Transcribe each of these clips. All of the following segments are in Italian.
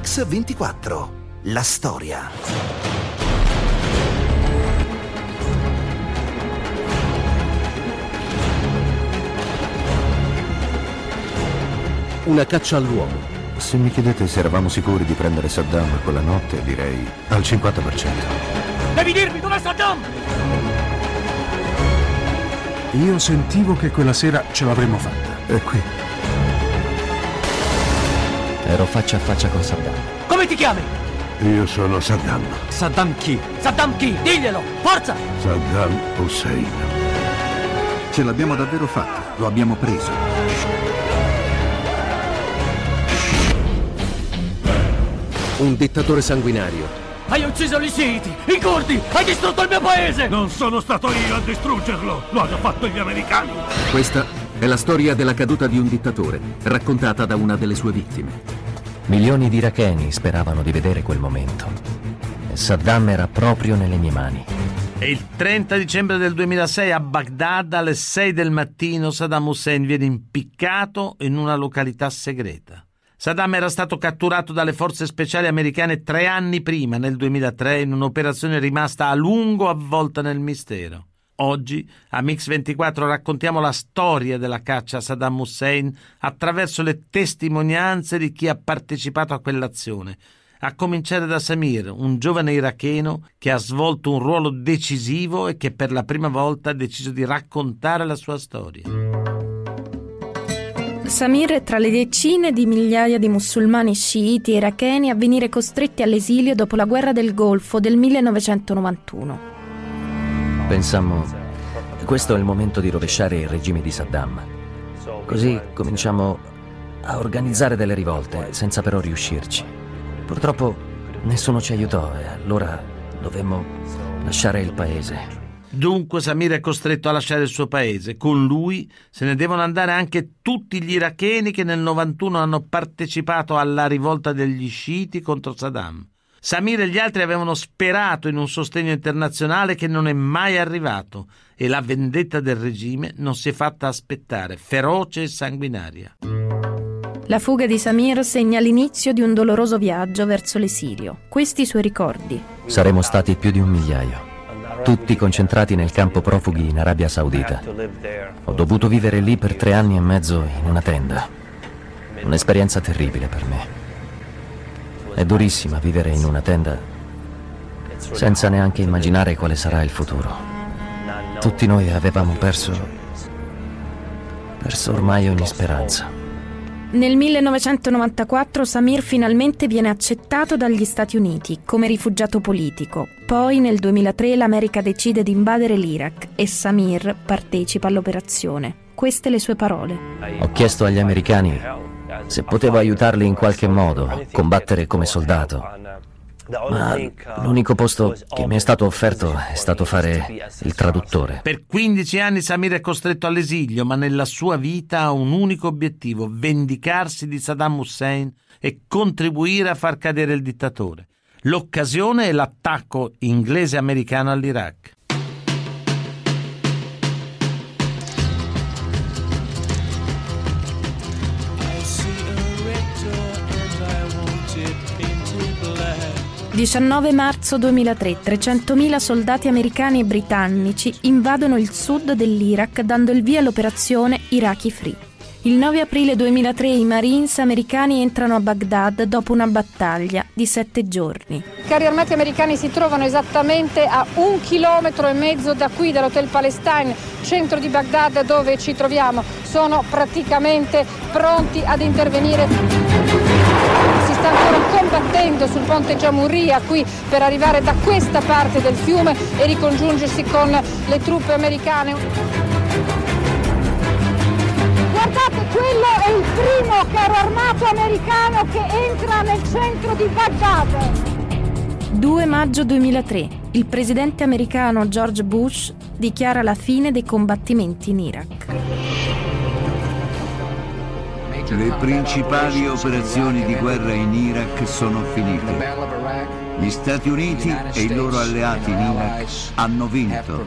Mix24. La storia. Una caccia all'uomo. Se mi chiedete se eravamo sicuri di prendere Saddam quella notte, direi al 50%. Devi dirmi dov'è Saddam! Io sentivo che quella sera ce l'avremmo fatta. È qui. Ero faccia a faccia con Saddam. Come ti chiami? Io sono Saddam. Saddam chi? Saddam chi? Diglielo! Forza! Saddam Hussein. Ce l'abbiamo davvero fatta, lo abbiamo preso. Un dittatore sanguinario. Hai ucciso gli sciiti, i curdi, hai distrutto il mio paese! Non sono stato io a distruggerlo, lo hanno fatto gli americani. Questa è la storia della caduta di un dittatore, raccontata da una delle sue vittime. Milioni di iracheni speravano di vedere quel momento. E Saddam era proprio nelle mie mani. E il 30 dicembre del 2006 a Baghdad alle 6 del mattino Saddam Hussein viene impiccato in una località segreta. Saddam era stato catturato dalle forze speciali americane 3 anni prima, nel 2003, in un'operazione rimasta a lungo avvolta nel mistero. Oggi, a Mix24, raccontiamo la storia della caccia a Saddam Hussein attraverso le testimonianze di chi ha partecipato a quell'azione, a cominciare da Samir, un giovane iracheno che ha svolto un ruolo decisivo e che per la prima volta ha deciso di raccontare la sua storia. Samir è tra le decine di migliaia di musulmani sciiti iracheni a venire costretti all'esilio dopo la guerra del Golfo del 1991. Pensammo, questo è il momento di rovesciare il regime di Saddam. Così cominciamo a organizzare delle rivolte, senza però riuscirci. Purtroppo nessuno ci aiutò e allora dovemmo lasciare il paese. Dunque Samir è costretto a lasciare il suo paese. Con lui se ne devono andare anche tutti gli iracheni che nel 91 hanno partecipato alla rivolta degli sciiti contro Saddam. Samir e gli altri avevano sperato in un sostegno internazionale che non è mai arrivato e la vendetta del regime non si è fatta aspettare, feroce e sanguinaria. La fuga di Samir segna l'inizio di un doloroso viaggio verso l'esilio. Questi i suoi ricordi. Saremmo stati più di 1 migliaio, tutti concentrati nel campo profughi in Arabia Saudita. Ho dovuto vivere lì per 3 anni e mezzo in una tenda. Un'esperienza terribile per me. È durissima vivere in una tenda senza neanche immaginare quale sarà il futuro. Tutti noi avevamo perso ormai ogni speranza. Nel 1994 Samir finalmente viene accettato dagli Stati Uniti come rifugiato politico. Poi nel 2003 l'America decide di invadere l'Iraq e Samir partecipa all'operazione. Queste le sue parole. Ho chiesto agli americani se potevo aiutarli in qualche modo a combattere come soldato, ma l'unico posto che mi è stato offerto è stato fare il traduttore. Per 15 anni Samir è costretto all'esilio, ma nella sua vita ha un unico obiettivo: vendicarsi di Saddam Hussein e contribuire a far cadere il dittatore. L'occasione è l'attacco inglese-americano all'Iraq. Il 19 marzo 2003, 300.000 soldati americani e britannici invadono il sud dell'Iraq dando il via all'operazione Iraqi Free. Il 9 aprile 2003 i Marines americani entrano a Baghdad dopo una battaglia di 7 giorni. I carri armati americani si trovano esattamente a 1,5 chilometri da qui, dall'Hotel Palestine, centro di Baghdad dove ci troviamo. Sono praticamente pronti ad intervenire. Si sta ancora combattendo sul ponte Jamouria qui per arrivare da questa parte del fiume e ricongiungersi con le truppe americane. Guardate, quello è il primo carro armato americano che entra nel centro di Baghdad. 2 maggio 2003, il presidente americano George Bush dichiara la fine dei combattimenti in Iraq. Le principali operazioni di guerra in Iraq sono finite. Gli Stati Uniti e i loro alleati in Iraq hanno vinto.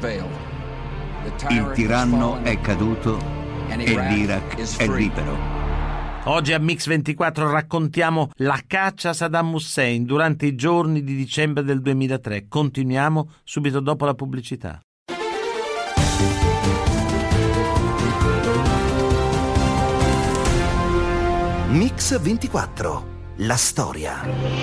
Il tiranno è caduto e l'Iraq è libero. Oggi a Mix24 raccontiamo la caccia a Saddam Hussein durante i giorni di dicembre del 2003. Continuiamo subito dopo la pubblicità. Mix24, la storia.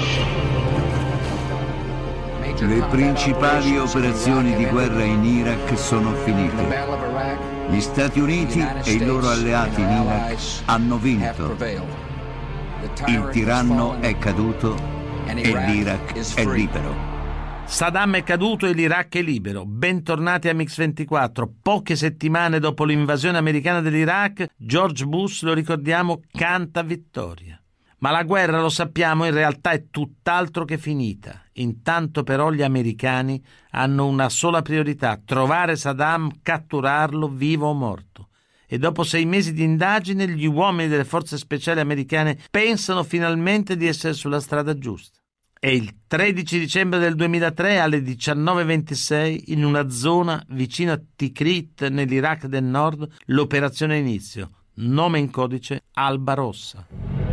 Le principali operazioni di guerra in Iraq sono finite. Gli Stati Uniti e i loro alleati in Iraq hanno vinto. Il tiranno è caduto e l'Iraq è libero. Saddam è caduto e l'Iraq è libero. Bentornati a Mix24. Poche settimane dopo l'invasione americana dell'Iraq, George Bush, lo ricordiamo, canta vittoria. Ma la guerra, lo sappiamo, in realtà è tutt'altro che finita. Intanto però gli americani hanno una sola priorità: trovare Saddam, catturarlo vivo o morto. E dopo 6 mesi di indagine gli uomini delle forze speciali americane pensano finalmente di essere sulla strada giusta. È il 13 dicembre del 2003 alle 19:26 in una zona vicino a Tikrit nell'Iraq del Nord l'operazione inizio. Nome in codice Alba Rossa.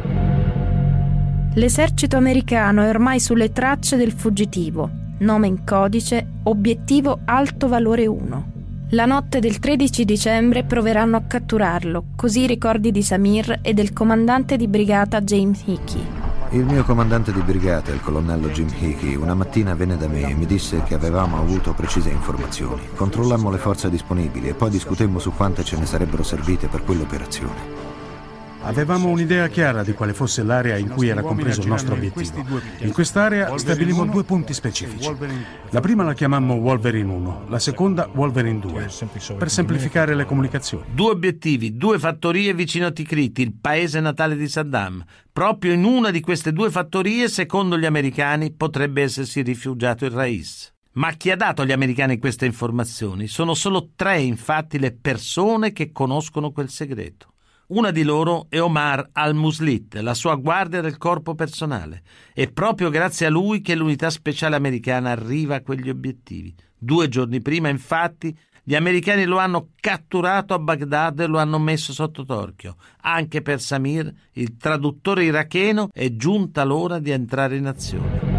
L'esercito americano è ormai sulle tracce del fuggitivo. Nome in codice Obiettivo Alto Valore 1. La notte del 13 dicembre proveranno a catturarlo, così i ricordi di Samir e del comandante di brigata James Hickey. Il mio comandante di brigata, il colonnello Jim Hickey, una mattina venne da me e mi disse che avevamo avuto precise informazioni. Controllammo le forze disponibili e poi discutemmo su quante ce ne sarebbero servite per quell'operazione. Avevamo un'idea chiara di quale fosse l'area in cui era compreso il nostro obiettivo. In quest'area stabilimmo 2 punti specifici. La prima la chiamammo Wolverine 1, la seconda Wolverine 2, per semplificare le comunicazioni. 2 obiettivi, 2 fattorie vicino a Tikrit, il paese natale di Saddam. Proprio in una di queste 2 fattorie, secondo gli americani, potrebbe essersi rifugiato il Rais. Ma chi ha dato agli americani queste informazioni? Sono solo 3, infatti, le persone che conoscono quel segreto. Una di loro è Omar al-Muslit, la sua guardia del corpo personale. È proprio grazie a lui che l'unità speciale americana arriva a quegli obiettivi. 2 giorni prima, infatti, gli americani lo hanno catturato a Baghdad e lo hanno messo sotto torchio. Anche per Samir, il traduttore iracheno, è giunta l'ora di entrare in azione.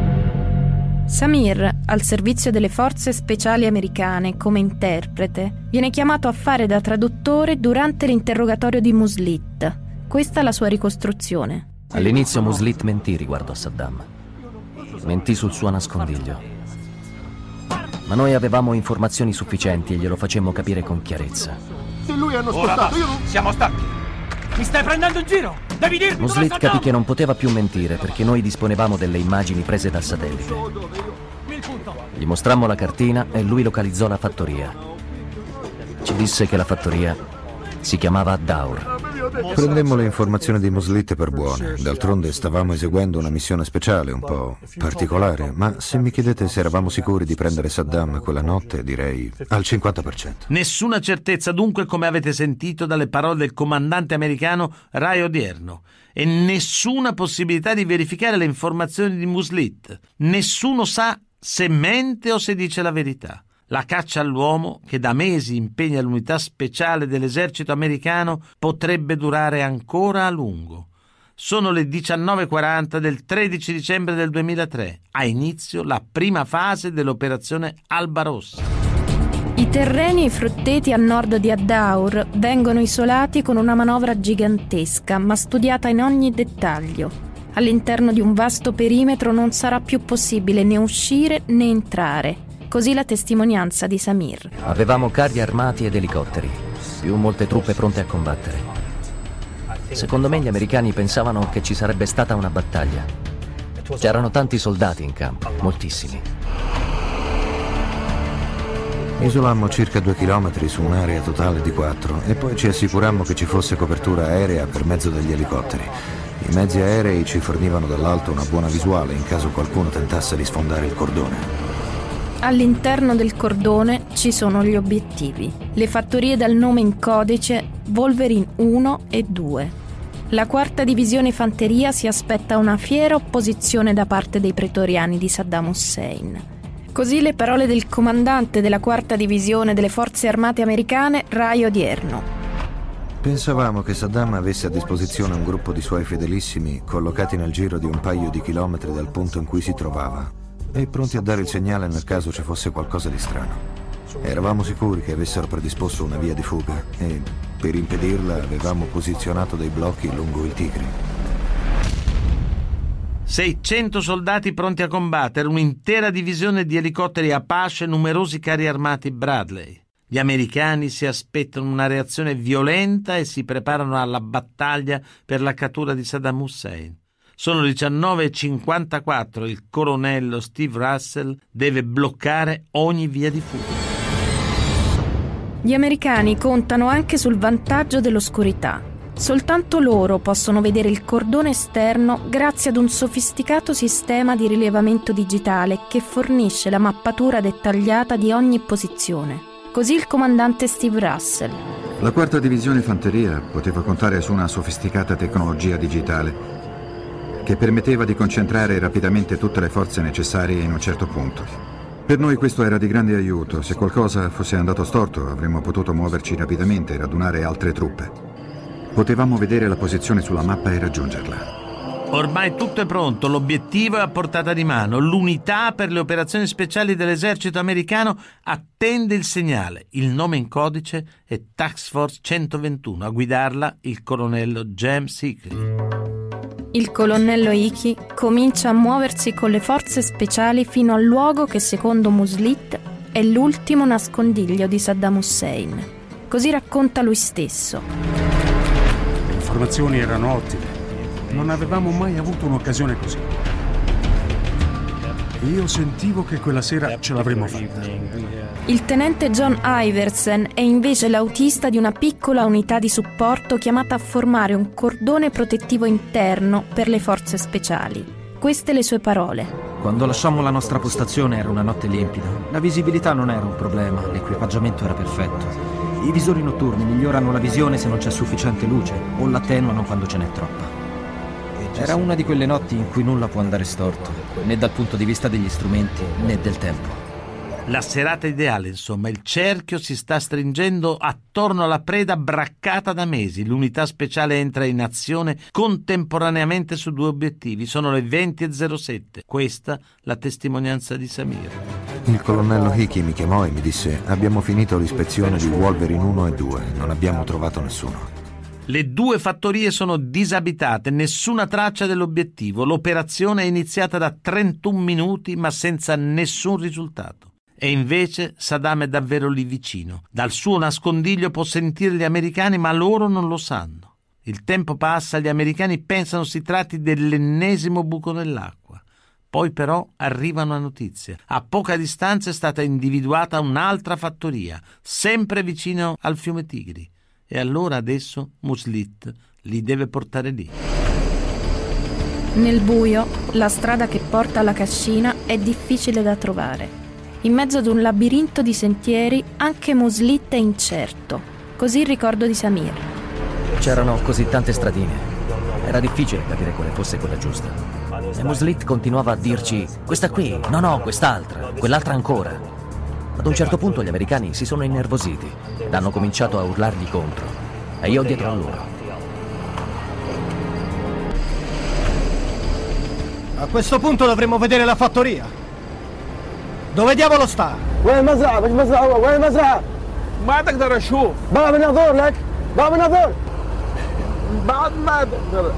Samir, al servizio delle forze speciali americane come interprete, viene chiamato a fare da traduttore durante l'interrogatorio di Muslit. Questa è la sua ricostruzione. All'inizio Muslit mentì riguardo a Saddam. Mentì sul suo nascondiglio. Ma noi avevamo informazioni sufficienti e glielo facemmo capire con chiarezza. Se lui hanno spostato, io non... Siamo stanchi. Mi stai prendendo in giro? Devi dirmi. Muslit capì che non poteva più mentire perché noi disponevamo delle immagini prese dal satellite. Gli mostrammo la cartina e lui localizzò la fattoria. Ci disse che la fattoria si chiamava Daur. Prendemmo le informazioni di Muslit per buone. D'altronde stavamo eseguendo una missione speciale un po' particolare, ma se mi chiedete se eravamo sicuri di prendere Saddam quella notte, direi al 50%. Nessuna certezza dunque, come avete sentito dalle parole del comandante americano Ray Odierno, e nessuna possibilità di verificare le informazioni di Muslit. Nessuno sa se mente o se dice la verità. La caccia all'uomo, che da mesi impegna l'unità speciale dell'esercito americano, potrebbe durare ancora a lungo. Sono le 19:40 del 13 dicembre del 2003. Ha inizio la prima fase dell'operazione Alba Rossa. I terreni e i frutteti a nord di Ad-Daur vengono isolati con una manovra gigantesca, ma studiata in ogni dettaglio. All'interno di un vasto perimetro non sarà più possibile né uscire né entrare. Così la testimonianza di Samir. Avevamo carri armati ed elicotteri, più molte truppe pronte a combattere. Secondo me gli americani pensavano che ci sarebbe stata una battaglia. C'erano tanti soldati in campo, moltissimi. Isolammo circa 2 chilometri su un'area totale di 4 e poi ci assicurammo che ci fosse copertura aerea per mezzo degli elicotteri. I mezzi aerei ci fornivano dall'alto una buona visuale in caso qualcuno tentasse di sfondare il cordone. All'interno del cordone ci sono gli obiettivi, le fattorie dal nome in codice Wolverine 1 e 2. La 4ª divisione fanteria si aspetta una fiera opposizione da parte dei pretoriani di Saddam Hussein. Così le parole del comandante della 4ª divisione delle forze armate americane, Ray Odierno. Pensavamo che Saddam avesse a disposizione un gruppo di suoi fedelissimi collocati nel giro di un paio di chilometri dal punto in cui si trovava e pronti a dare il segnale nel caso ci fosse qualcosa di strano. Eravamo sicuri che avessero predisposto una via di fuga e, per impedirla, avevamo posizionato dei blocchi lungo il Tigri. 600 soldati pronti a combattere, un'intera divisione di elicotteri Apache e numerosi carri armati Bradley. Gli americani si aspettano una reazione violenta e si preparano alla battaglia per la cattura di Saddam Hussein. Sono 19:54, il colonnello Steve Russell deve bloccare ogni via di fuga. Gli americani contano anche sul vantaggio dell'oscurità. Soltanto loro possono vedere il cordone esterno grazie ad un sofisticato sistema di rilevamento digitale che fornisce la mappatura dettagliata di ogni posizione. Così il comandante Steve Russell. La 4ª divisione fanteria poteva contare su una sofisticata tecnologia digitale che permetteva di concentrare rapidamente tutte le forze necessarie in un certo punto. Per noi questo era di grande aiuto. Se qualcosa fosse andato storto, avremmo potuto muoverci rapidamente e radunare altre truppe. Potevamo vedere la posizione sulla mappa e raggiungerla. Ormai tutto è pronto, l'obiettivo è a portata di mano. L'unità per le operazioni speciali dell'esercito americano attende il segnale. Il nome in codice è Task Force 121, a guidarla il colonnello James Hickey. Il colonnello Hickey comincia a muoversi con le forze speciali fino al luogo che secondo Muslit è l'ultimo nascondiglio di Saddam Hussein. Così racconta lui stesso. Le informazioni erano ottime. Non avevamo mai avuto un'occasione così. Io sentivo che quella sera ce l'avremmo fatta. Il tenente John Iversen è invece l'autista di una piccola unità di supporto chiamata a formare un cordone protettivo interno per le forze speciali. Queste le sue parole. Quando lasciammo la nostra postazione era una notte limpida. La visibilità non era un problema, l'equipaggiamento era perfetto. I visori notturni migliorano la visione se non c'è sufficiente luce o l'attenuano quando ce n'è troppa. Era una di quelle notti in cui nulla può andare storto, né dal punto di vista degli strumenti né del tempo. La serata ideale, insomma, il cerchio si sta stringendo attorno alla preda braccata da mesi. L'unità speciale entra in azione contemporaneamente su 2 obiettivi. Sono le 20:07. Questa la testimonianza di Samir. Il colonnello Hickey mi chiamò e mi disse: abbiamo finito l'ispezione di Wolverine 1 e 2, non abbiamo trovato nessuno. Le 2 fattorie sono disabitate, nessuna traccia dell'obiettivo. L'operazione è iniziata da 31 minuti ma senza nessun risultato. E invece Saddam è davvero lì vicino. Dal suo nascondiglio può sentire gli americani, ma loro non lo sanno. Il tempo passa, gli americani pensano si tratti dell'ennesimo buco nell'acqua. Poi però arriva una notizia. A poca distanza è stata individuata un'altra fattoria, sempre vicino al fiume Tigri. E allora adesso Muslit li deve portare lì. Nel buio, la strada che porta alla cascina è difficile da trovare. In mezzo ad un labirinto di sentieri, anche Muslit è incerto. Così il ricordo di Samir. C'erano così tante stradine. Era difficile capire quale fosse quella giusta. E Muslit continuava a dirci: questa qui, no, quest'altra, quell'altra ancora. Ad un certo punto gli americani si sono innervositi ed hanno cominciato a urlargli contro. E io dietro a loro. A questo punto dovremmo vedere la fattoria. Dove diavolo sta? وين المزرعة؟ مش مزرعة هو، وين المزرعة؟ ما تقدر أشوف. بابا بنظر لك، بابا بنظر. بعد ما تقدر.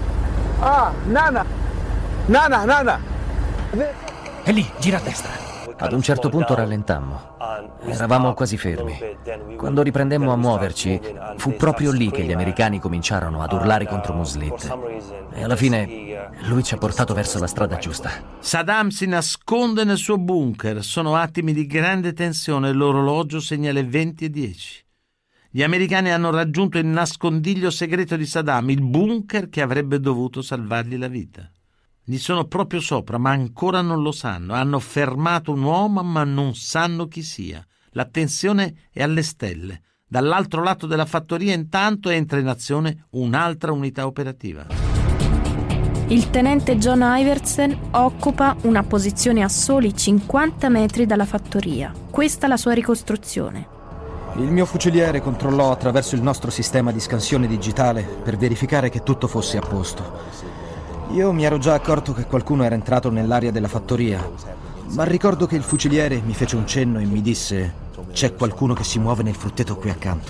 نانا. È lì, gira a destra. Ad un certo punto rallentammo. Eravamo quasi fermi. Quando riprendemmo a muoverci, fu proprio lì che gli americani cominciarono ad urlare contro Muslit. E alla fine lui ci ha portato verso la strada giusta. Saddam si nasconde nel suo bunker. Sono attimi di grande tensione. L'orologio segna le 20:10. Gli americani hanno raggiunto il nascondiglio segreto di Saddam, il bunker che avrebbe dovuto salvargli la vita. Gli sono proprio sopra, ma ancora non lo sanno. Hanno fermato un uomo, ma non sanno chi sia. La tensione è alle stelle. Dall'altro lato della fattoria, intanto, entra in azione un'altra unità operativa. Il tenente John Iversen occupa una posizione a soli 50 metri dalla fattoria. Questa è la sua ricostruzione. Il mio fuciliere controllò attraverso il nostro sistema di scansione digitale per verificare che tutto fosse a posto. Io mi ero già accorto che qualcuno era entrato nell'area della fattoria, ma ricordo che il fuciliere mi fece un cenno e mi disse: c'è qualcuno che si muove nel frutteto qui accanto.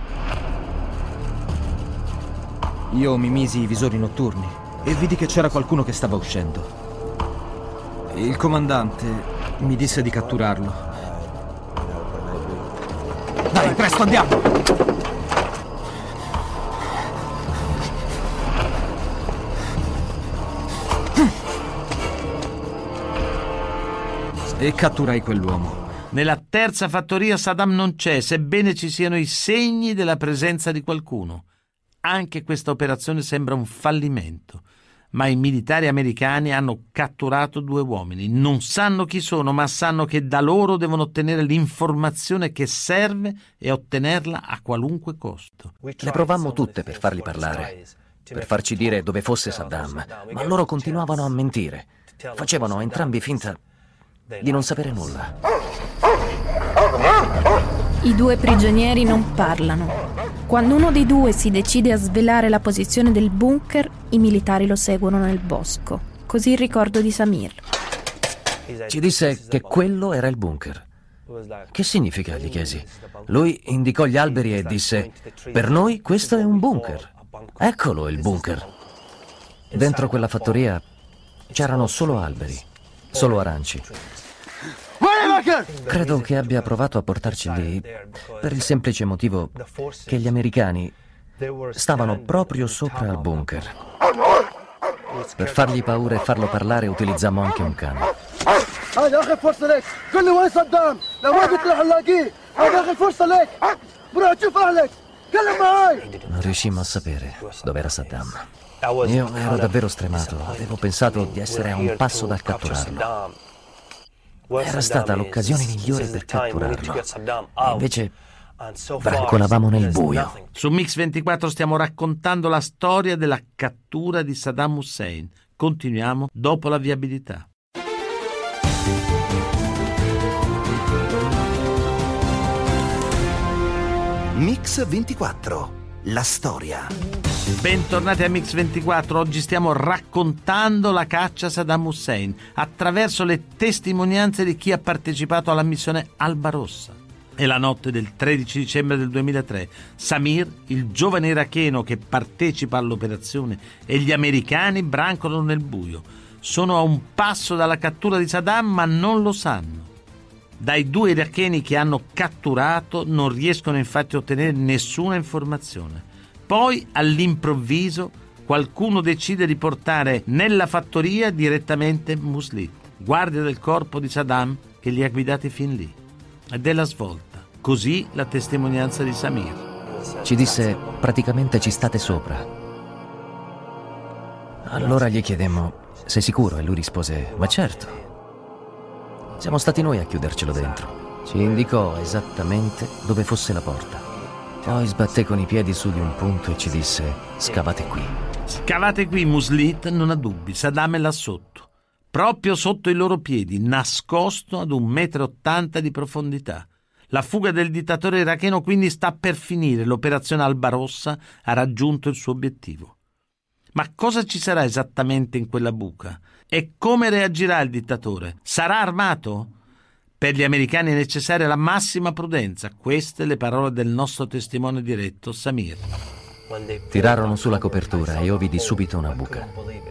Io mi misi i visori notturni e vidi che c'era qualcuno che stava uscendo. Il comandante mi disse di catturarlo. Dai, presto, andiamo! E catturai quell'uomo. Nella terza fattoria Saddam non c'è, sebbene ci siano i segni della presenza di qualcuno. Anche questa operazione sembra un fallimento, ma i militari americani hanno catturato 2 uomini. Non sanno chi sono, ma sanno che da loro devono ottenere l'informazione che serve e ottenerla a qualunque costo. Le provammo tutte per farli parlare, per farci dire dove fosse Saddam, ma loro continuavano a mentire. Facevano entrambi finta di non sapere nulla. I 2 prigionieri non parlano. Quando uno dei 2 si decide a svelare la posizione del bunker, i militari lo seguono nel bosco. Così il ricordo di Samir. Ci disse che quello era il bunker. Che significa? Gli chiesi. Lui indicò gli alberi e disse: per noi questo è un bunker. Eccolo il bunker. Dentro quella fattoria c'erano solo alberi, solo aranci. Credo che abbia provato a portarci lì per il semplice motivo che gli americani stavano proprio sopra al bunker. Per fargli paura e farlo parlare utilizzammo anche un cane. Non riuscimmo a sapere dove era Saddam. Io ero davvero stremato, avevo pensato di essere a un passo dal catturarlo. Era stata l'occasione migliore per catturarlo. E invece brancolavamo nel buio. Su Mix24 stiamo raccontando la storia della cattura di Saddam Hussein. Continuiamo dopo la viabilità. Mix24, la storia. Bentornati a Mix24, oggi stiamo raccontando la caccia a Saddam Hussein attraverso le testimonianze di chi ha partecipato alla missione Alba Rossa. È la notte del 13 dicembre del 2003. Samir, il giovane iracheno che partecipa all'operazione, e gli americani brancolano nel buio. Sono a un passo dalla cattura di Saddam, ma non lo sanno. Dai 2 iracheni che hanno catturato non riescono infatti a ottenere nessuna informazione. Poi, all'improvviso, qualcuno decide di portare nella fattoria direttamente Muslit, guardia del corpo di Saddam, che li ha guidati fin lì. Ed è la svolta. Così la testimonianza di Samir. Ci disse: praticamente ci state sopra. Allora gli chiedemmo: sei sicuro? E lui rispose: ma certo. Siamo stati noi a chiudercelo dentro. Ci indicò esattamente dove fosse la porta. Poi sbatté con i piedi su di un punto e ci disse: scavate qui. Scavate qui, Muslit non ha dubbi, Saddam è là sotto, proprio sotto i loro piedi, nascosto ad 1,80 m di profondità. La fuga del dittatore iracheno quindi sta per finire, l'operazione Alba Rossa ha raggiunto il suo obiettivo. Ma cosa ci sarà esattamente in quella buca? E come reagirà il dittatore? Sarà armato? Per gli americani è necessaria la massima prudenza. Queste le parole del nostro testimone diretto, Samir. Tirarono sulla copertura e io vidi subito una buca.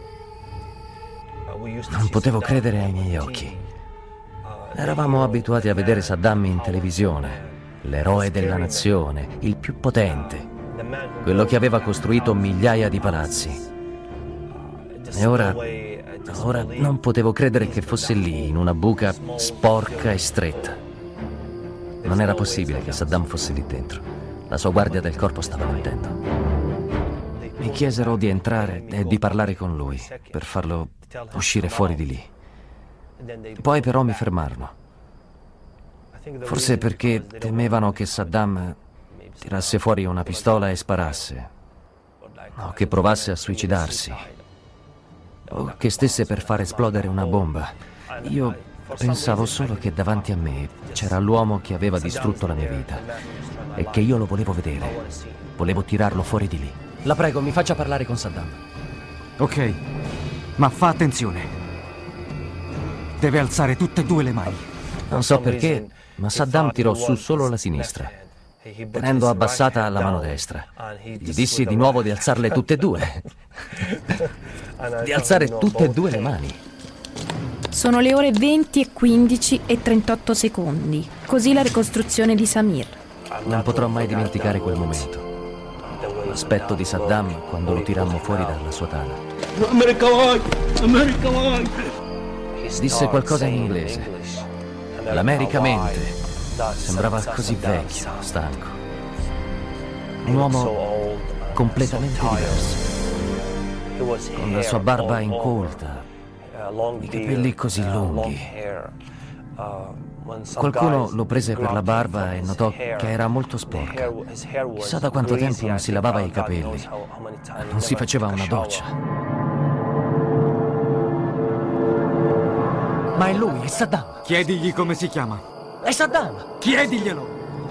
Non potevo credere ai miei occhi. Eravamo abituati a vedere Saddam in televisione, l'eroe della nazione, il più potente, quello che aveva costruito migliaia di palazzi. E ora non potevo credere che fosse lì, in una buca sporca e stretta. Non era possibile che Saddam fosse lì dentro. La sua guardia del corpo stava mentendo. Mi chiesero di entrare e di parlare con lui, per farlo uscire fuori di lì. Poi però mi fermarono. Forse perché temevano che Saddam tirasse fuori una pistola e sparasse, o che provasse a suicidarsi, o che stesse per far esplodere una bomba. Io pensavo solo che davanti a me c'era l'uomo che aveva distrutto la mia vita. è che io lo volevo vedere. Volevo tirarlo fuori di lì. La prego, mi faccia parlare con Saddam. Ok, ma fa attenzione. Deve alzare tutte e due le mani. Non so perché, ma Saddam tirò su solo la sinistra, tenendo abbassata la mano destra. Gli dissi di nuovo di alzarle tutte e due. Di alzare tutte e due le mani. Sono le ore 20 e 15 e 38 secondi. Così la ricostruzione di Samir. Non potrò mai dimenticare quel momento. L'aspetto di Saddam quando lo tirammo fuori dalla sua tana. Disse qualcosa in inglese. L'America mente. Sembrava così vecchio, stanco. Un uomo completamente diverso. Con la sua barba incolta, i capelli così lunghi. Qualcuno lo prese per la barba e notò che era molto sporca. Chissà da quanto tempo non si lavava i capelli, non si faceva una doccia. Ma è lui, è Saddam. Chiedigli come si chiama. È Saddam! Chiediglielo!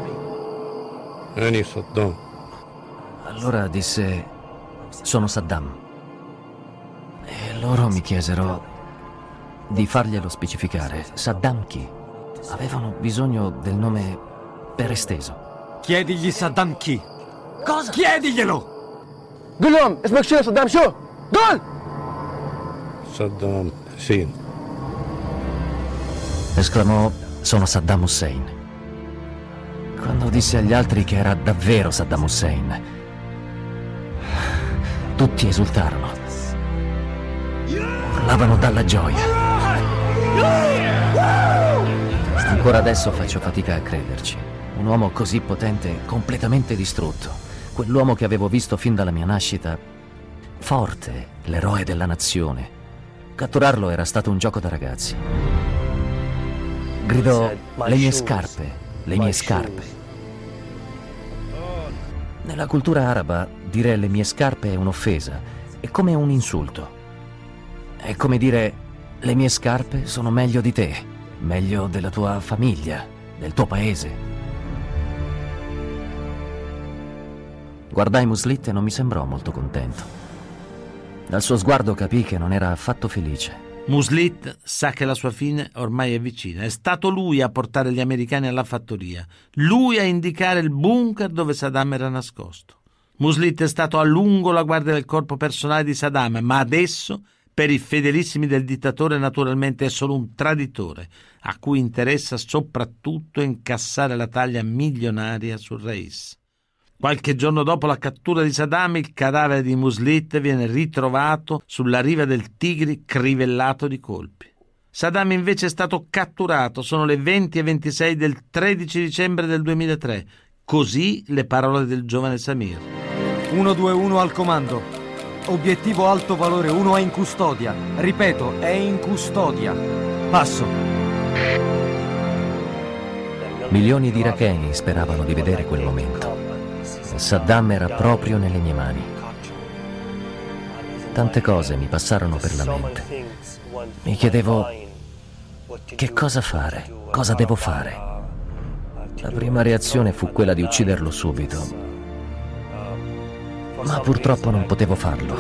Saddam. Allora disse: sono Saddam. E loro mi chiesero di farglielo specificare. Saddam chi? Avevano bisogno del nome per esteso. Chiedigli Saddam chi. Cosa? Chiediglielo! قول لهم اسمك شنو صدام شو؟ قول! Saddam Hussein. Esclamò: sono Saddam Hussein. Quando disse agli altri che era davvero Saddam Hussein, tutti esultarono. Urlavano dalla gioia. Ancora adesso faccio fatica a crederci. Un uomo così potente, completamente distrutto. Quell'uomo che avevo visto fin dalla mia nascita. Forte, l'eroe della nazione. Catturarlo era stato un gioco da ragazzi. Gridò: le mie scarpe, le mie scarpe. Nella cultura araba dire le mie scarpe è un'offesa, è come un insulto. È come dire: le mie scarpe sono meglio di te, meglio della tua famiglia, del tuo paese. Guardai Muslit e non mi sembrò molto contento. Dal suo sguardo capì che non era affatto felice. Muslit sa che la sua fine ormai è vicina. È stato lui a portare gli americani alla fattoria, lui a indicare il bunker dove Saddam era nascosto. Muslit è stato a lungo la guardia del corpo personale di Saddam, ma adesso, per i fedelissimi del dittatore, naturalmente è solo un traditore, a cui interessa soprattutto incassare la taglia milionaria sul Reis. Qualche giorno dopo la cattura di Saddam, il cadavere di Muslit viene ritrovato sulla riva del Tigri, crivellato di colpi. Saddam invece è stato catturato. Sono le 20:26 del 13 dicembre del 2003. Così le parole del giovane Samir. 121 al comando. Obiettivo alto valore 1 è in custodia. Ripeto, è in custodia. Passo. Milioni di iracheni speravano di vedere quel momento. Saddam era proprio nelle mie mani. Tante cose mi passarono per la mente. Mi chiedevo: che cosa fare? Cosa devo fare? La prima reazione fu quella di ucciderlo subito, ma purtroppo non potevo farlo.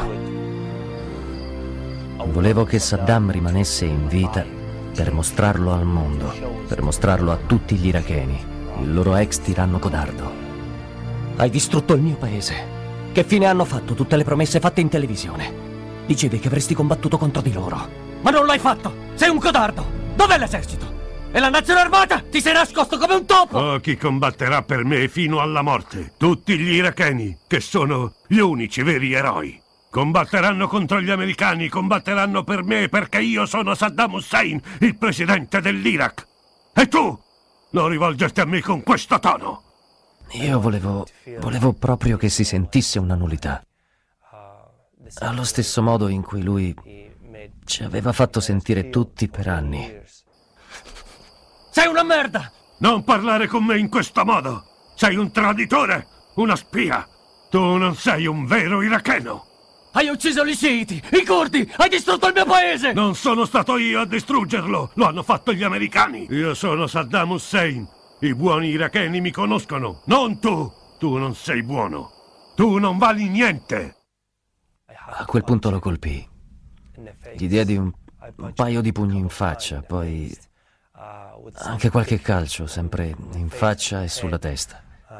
Volevo che Saddam rimanesse in vita per mostrarlo al mondo, per mostrarlo a tutti gli iracheni, il loro ex tiranno codardo. Hai distrutto il mio paese. Che fine hanno fatto tutte le promesse fatte in televisione? Dicevi che avresti combattuto contro di loro. Ma non l'hai fatto! Sei un codardo! Dov'è l'esercito? E la nazione armata? Ti sei nascosto come un topo! Oh, chi combatterà per me fino alla morte? Tutti gli iracheni, che sono gli unici veri eroi. Combatteranno contro gli americani, combatteranno per me perché io sono Saddam Hussein, il presidente dell'Iraq. E tu? Non rivolgerti a me con questo tono! Io volevo proprio che si sentisse una nullità. Allo stesso modo in cui lui ci aveva fatto sentire tutti per anni. Sei una merda! Non parlare con me in questo modo! Sei un traditore, una spia! Tu non sei un vero iracheno! Hai ucciso gli sciiti, i curdi, hai distrutto il mio paese! Non sono stato io a distruggerlo, lo hanno fatto gli americani! Io sono Saddam Hussein, I buoni iracheni mi conoscono, non tu! Tu non sei buono! Tu non vali niente! A quel punto lo colpii. Gli diedi un paio di pugni in faccia, poi anche qualche calcio, sempre in faccia e sulla testa.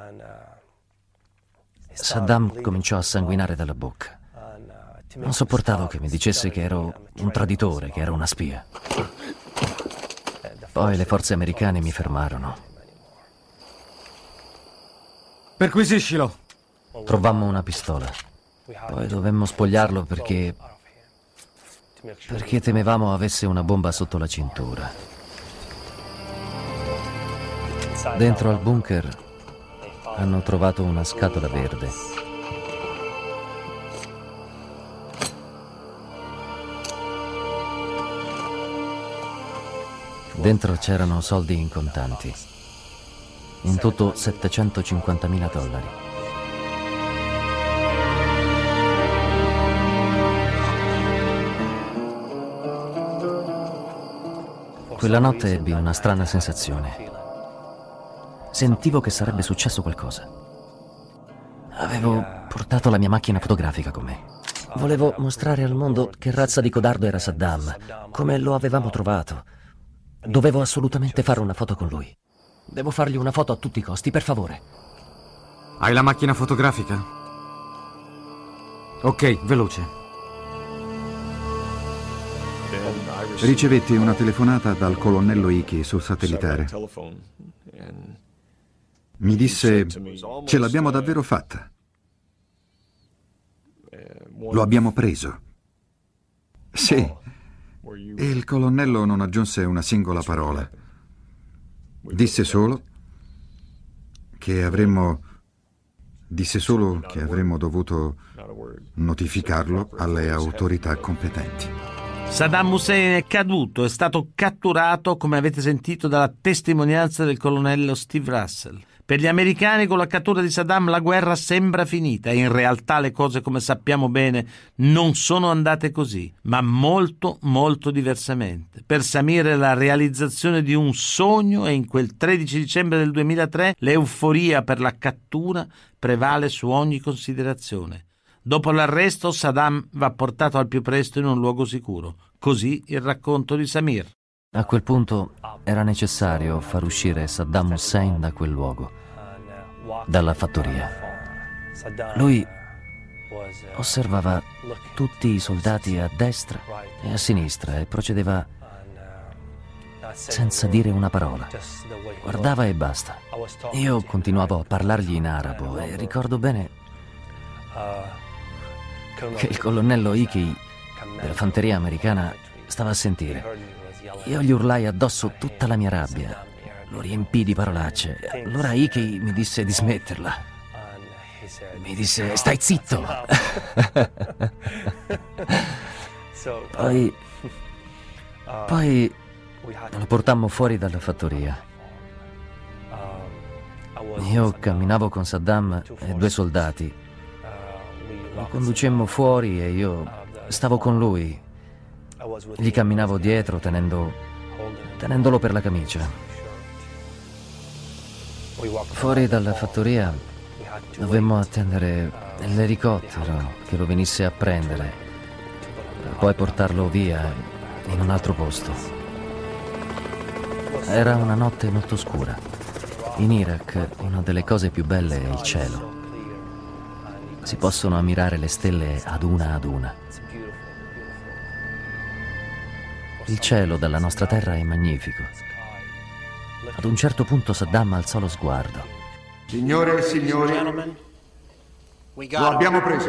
Saddam cominciò a sanguinare dalla bocca. Non sopportavo che mi dicesse che ero un traditore, che ero una spia. Poi le forze americane mi fermarono. Perquisiscilo. Trovammo una pistola. Poi dovemmo spogliarlo perché temevamo avesse una bomba sotto la cintura. Dentro al bunker hanno trovato una scatola verde. Dentro c'erano soldi in contanti. In tutto $750.000. Quella notte ebbi una strana sensazione. Sentivo che sarebbe successo qualcosa. Avevo portato la mia macchina fotografica con me. Volevo mostrare al mondo che razza di codardo era Saddam, come lo avevamo trovato. Dovevo assolutamente fare una foto con lui. Devo fargli una foto a tutti i costi, per favore. Hai la macchina fotografica? Ok, veloce. Ricevetti una telefonata dal colonnello Hickey sul satellitare. Mi disse: ce l'abbiamo davvero fatta. Lo abbiamo preso. Sì. E il colonnello non aggiunse una singola parola. Disse solo che avremmo dovuto notificarlo alle autorità competenti. Saddam Hussein è caduto, è stato catturato, come avete sentito dalla testimonianza del colonnello Steve Russell. Per gli americani con la cattura di Saddam la guerra sembra finita e in realtà le cose, come sappiamo bene, non sono andate così, ma molto molto diversamente. Per Samir è la realizzazione di un sogno e in quel 13 dicembre del 2003 l'euforia per la cattura prevale su ogni considerazione. Dopo l'arresto Saddam va portato al più presto in un luogo sicuro. Così il racconto di Samir. A quel punto era necessario far uscire Saddam Hussein da quel luogo, dalla fattoria. Lui osservava tutti i soldati a destra e a sinistra e procedeva senza dire una parola. Guardava e basta. Io continuavo a parlargli in arabo e ricordo bene che il colonnello Hickey della fanteria americana stava a sentire. Io gli urlai addosso tutta la mia rabbia, lo riempii di parolacce. Allora Hickey mi disse di smetterla. Mi disse: stai zitto. Poi lo portammo fuori dalla fattoria. Io camminavo con Saddam e 2 soldati. Lo conducemmo fuori e io stavo con lui. Gli camminavo dietro tenendolo per la camicia. Fuori dalla fattoria dovemmo attendere l'elicottero che lo venisse a prendere per poi portarlo via in un altro posto. Era una notte molto scura. In Iraq una delle cose più belle è il cielo. Si possono ammirare le stelle ad una. Il cielo dalla nostra terra è magnifico. Ad un certo punto Saddam alzò lo sguardo. Signore e signori, lo abbiamo preso.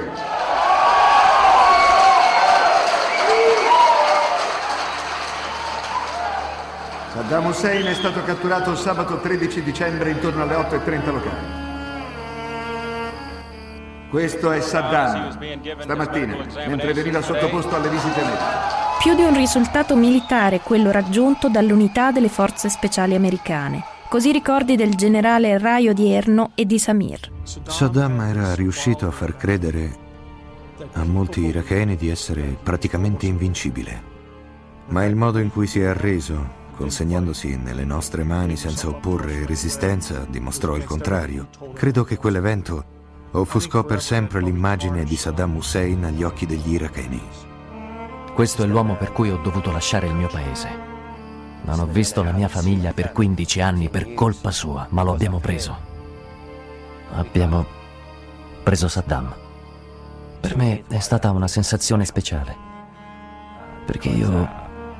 Saddam Hussein è stato catturato sabato 13 dicembre intorno alle 8:30 locali. Questo è Saddam, stamattina, mentre veniva sottoposto alle visite mediche. Più di un risultato militare quello raggiunto dall'unità delle forze speciali americane. Così ricordi del generale Rai odierno e di Samir. Saddam era riuscito a far credere a molti iracheni di essere praticamente invincibile. Ma il modo in cui si è arreso, consegnandosi nelle nostre mani senza opporre resistenza, dimostrò il contrario. Credo che quell'evento offuscò per sempre l'immagine di Saddam Hussein agli occhi degli iracheni. Questo è l'uomo per cui ho dovuto lasciare il mio paese. Non ho visto la mia famiglia per 15 anni per colpa sua, ma lo abbiamo preso. Abbiamo preso Saddam. Per me è stata una sensazione speciale. Perché io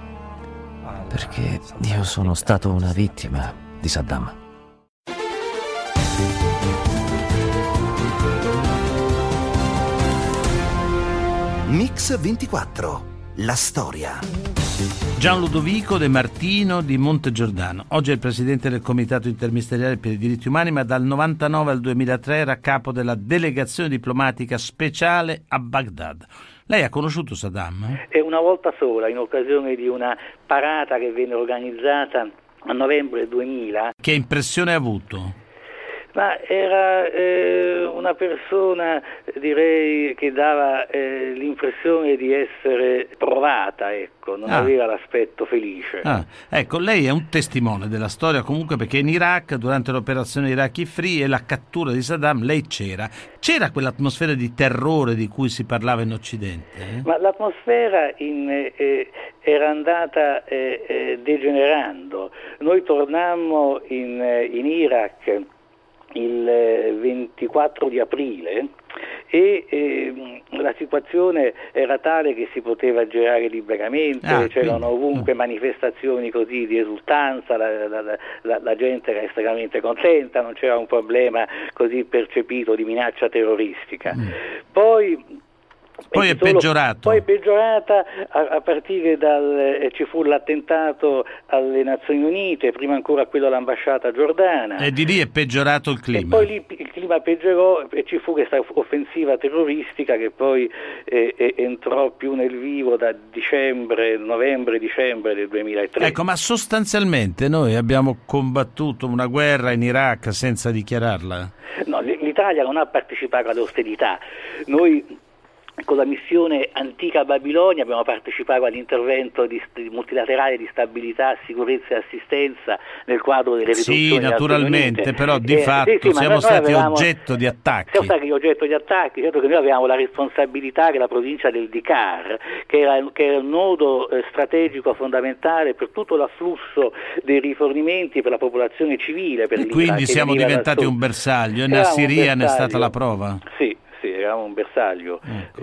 sono stato una vittima di Saddam. Mix 24, la storia. Gian Ludovico De Martino di Montegiordano. Oggi è il presidente del Comitato Interministeriale per i Diritti Umani, ma dal 99 al 2003 era capo della delegazione diplomatica speciale a Baghdad. Lei ha conosciuto Saddam? Una volta sola, in occasione di una parata che venne organizzata a novembre 2000. Che impressione ha avuto? Ma era una persona, direi, che dava l'impressione di essere provata, ecco, non aveva l'aspetto felice. Ecco, lei è un testimone della storia comunque, perché in Iraq, durante l'operazione Iraqi Free e la cattura di Saddam, lei c'era. C'era quell'atmosfera di terrore di cui si parlava in Occidente? Ma l'atmosfera era andata degenerando. Noi tornammo in Iraq il 24 di aprile e la situazione era tale che si poteva girare liberamente, c'erano ovunque manifestazioni così di esultanza, la gente era estremamente contenta, non c'era un problema così percepito di minaccia terroristica. Poi è peggiorato. Poi è peggiorata a partire ci fu l'attentato alle Nazioni Unite, prima ancora quello all'ambasciata giordana. E di lì è peggiorato il clima. E poi lì il clima peggiorò e ci fu questa offensiva terroristica che poi entrò più nel vivo da novembre-dicembre del 2003. Ecco, ma sostanzialmente noi abbiamo combattuto una guerra in Iraq senza dichiararla? No, l'Italia non ha partecipato alle ostilità. Noi con la missione Antica Babilonia abbiamo partecipato all'intervento multilaterale di stabilità, sicurezza e assistenza nel quadro delle risoluzioni. Sì, naturalmente, però di fatto siamo stati oggetto di attacchi. Siamo stati oggetto di attacchi, certo che noi avevamo la responsabilità che la provincia del Dikar, che era un nodo strategico fondamentale per tutto l'afflusso dei rifornimenti per la popolazione civile. Per quindi siamo diventati un bersaglio, e Nassiriya ne è stata la prova. Sì, eravamo un bersaglio.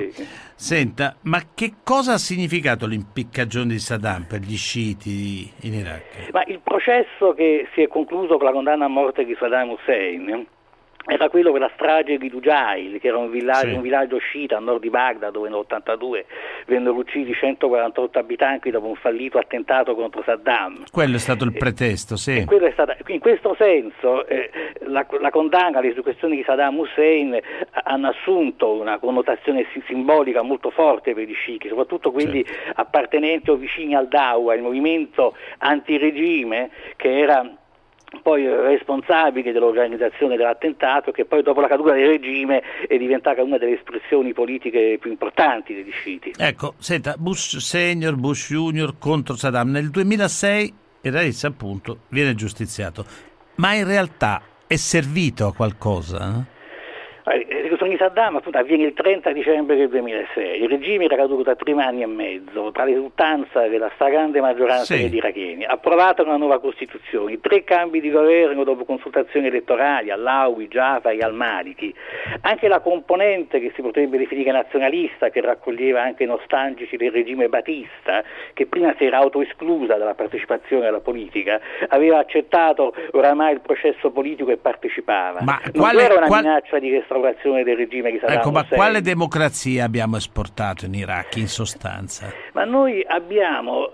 Senta, ma che cosa ha significato l'impiccagione di Saddam per gli sciiti in Iraq? Ma il processo che si è concluso con la condanna a morte di Saddam Hussein era quello per la strage di Dujail, che era un villaggio sciita a nord di Baghdad, dove nell'82 vennero uccisi 148 abitanti dopo un fallito attentato contro Saddam. Quello è stato il pretesto, sì. In questo senso la condanna, le esecuzioni di Saddam Hussein hanno assunto una connotazione simbolica molto forte per gli sciiti, soprattutto quelli appartenenti o vicini al Dawa, il movimento antiregime che era poi responsabile dell'organizzazione dell'attentato, che poi dopo la caduta del regime è diventata una delle espressioni politiche più importanti degli sciiti. Ecco, senta, Bush Senior, Bush Junior contro Saddam. Nel 2006 il Rais appunto viene giustiziato, ma in realtà è servito a qualcosa? L'esecuzione di Saddam appunto avviene il 30 dicembre del 2006, il regime era caduto da 3 anni e mezzo, tra l'esultanza della stragrande maggioranza degli iracheni, approvata una nuova Costituzione, 3 cambi di governo dopo consultazioni elettorali, Allawi, Jafari, al-Maliki, anche la componente che si potrebbe definire nazionalista, che raccoglieva anche i nostalgici del regime Batista, che prima si era autoesclusa dalla partecipazione alla politica, aveva accettato oramai il processo politico e partecipava. Ma non era una minaccia di restaurazione del regime di Saddam Hussein. Ma quale democrazia abbiamo esportato in Iraq in sostanza? Ma noi abbiamo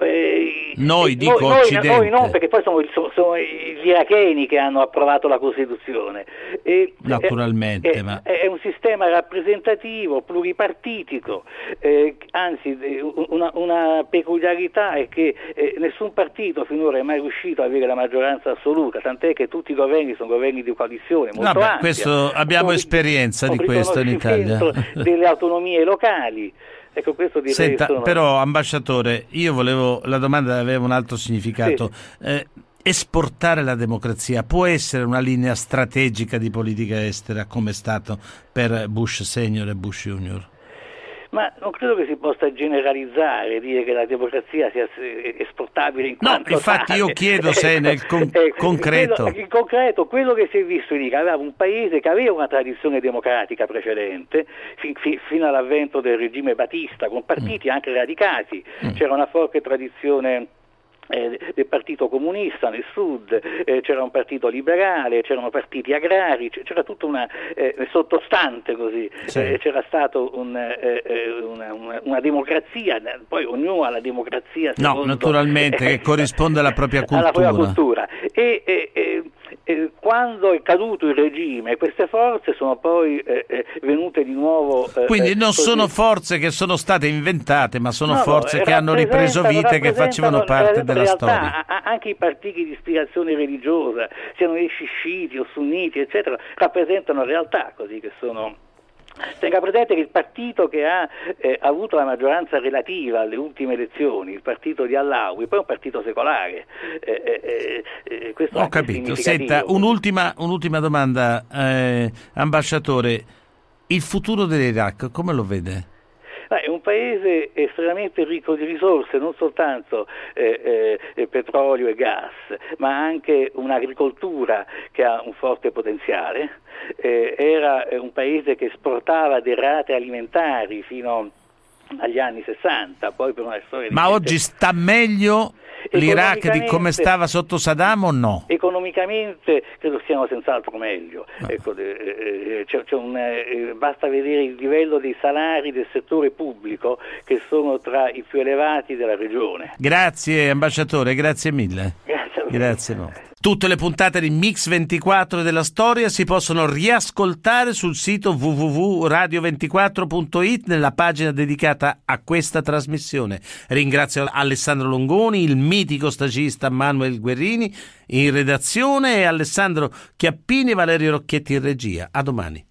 Occidente. Noi non, perché poi sono gli iracheni che hanno approvato la Costituzione. Naturalmente, è un sistema rappresentativo, pluripartitico, anzi una peculiarità è che nessun partito finora è mai riuscito ad avere la maggioranza assoluta, tant'è che tutti i governi sono governi di coalizione molto ampi. Questo abbiamo esperienza di questo in Italia. Delle autonomie locali. Ecco, questo direi. Senta, però, ambasciatore, la domanda aveva un altro significato. Sì. Esportare la democrazia può essere una linea strategica di politica estera, come è stato per Bush senior e Bush junior? Ma non credo che si possa generalizzare, dire che la democrazia sia esportabile in quanto infatti tale. Io chiedo se nel concreto. In concreto, quello che si è visto in Iraq, aveva un paese che aveva una tradizione democratica precedente, fino all'avvento del regime Batista, con partiti anche radicati, c'era una forte tradizione del partito comunista nel sud, c'era un partito liberale, c'erano partiti agrari, c'era tutta una sottostante così, sì. C'era stato una democrazia, poi ognuno ha la democrazia secondo, naturalmente che corrisponde alla propria cultura. Alla propria cultura. E quando è caduto il regime, queste forze sono poi venute di nuovo. Quindi non sono forze che sono state inventate, ma sono forze che hanno ripreso vita e che facevano parte della storia. Anche i partiti di ispirazione religiosa, siano essi sciiti o sunniti, eccetera, rappresentano realtà così che sono. Tenga presente che il partito che ha avuto la maggioranza relativa alle ultime elezioni, il partito di Allawi, poi è un partito secolare. Questo ho capito. Senta, un'ultima domanda, ambasciatore. Il futuro dell'Iraq come lo vede? È un paese estremamente ricco di risorse, non soltanto petrolio e gas, ma anche un'agricoltura che ha un forte potenziale. Era un paese che esportava derrate alimentari fino agli anni 60, poi per una storia di Ma oggi sta meglio l'Iraq di come stava sotto Saddam o no? Economicamente credo stiano senz'altro meglio. Ecco, basta vedere il livello dei salari del settore pubblico che sono tra i più elevati della regione. Grazie ambasciatore, grazie mille. Grazie molto. Tutte le puntate di Mix24 della storia si possono riascoltare sul sito www.radio24.it nella pagina dedicata a questa trasmissione. Ringrazio Alessandro Longoni, il mitico stagista Manuel Guerrini in redazione e Alessandro Chiappini e Valerio Rocchetti in regia. A domani.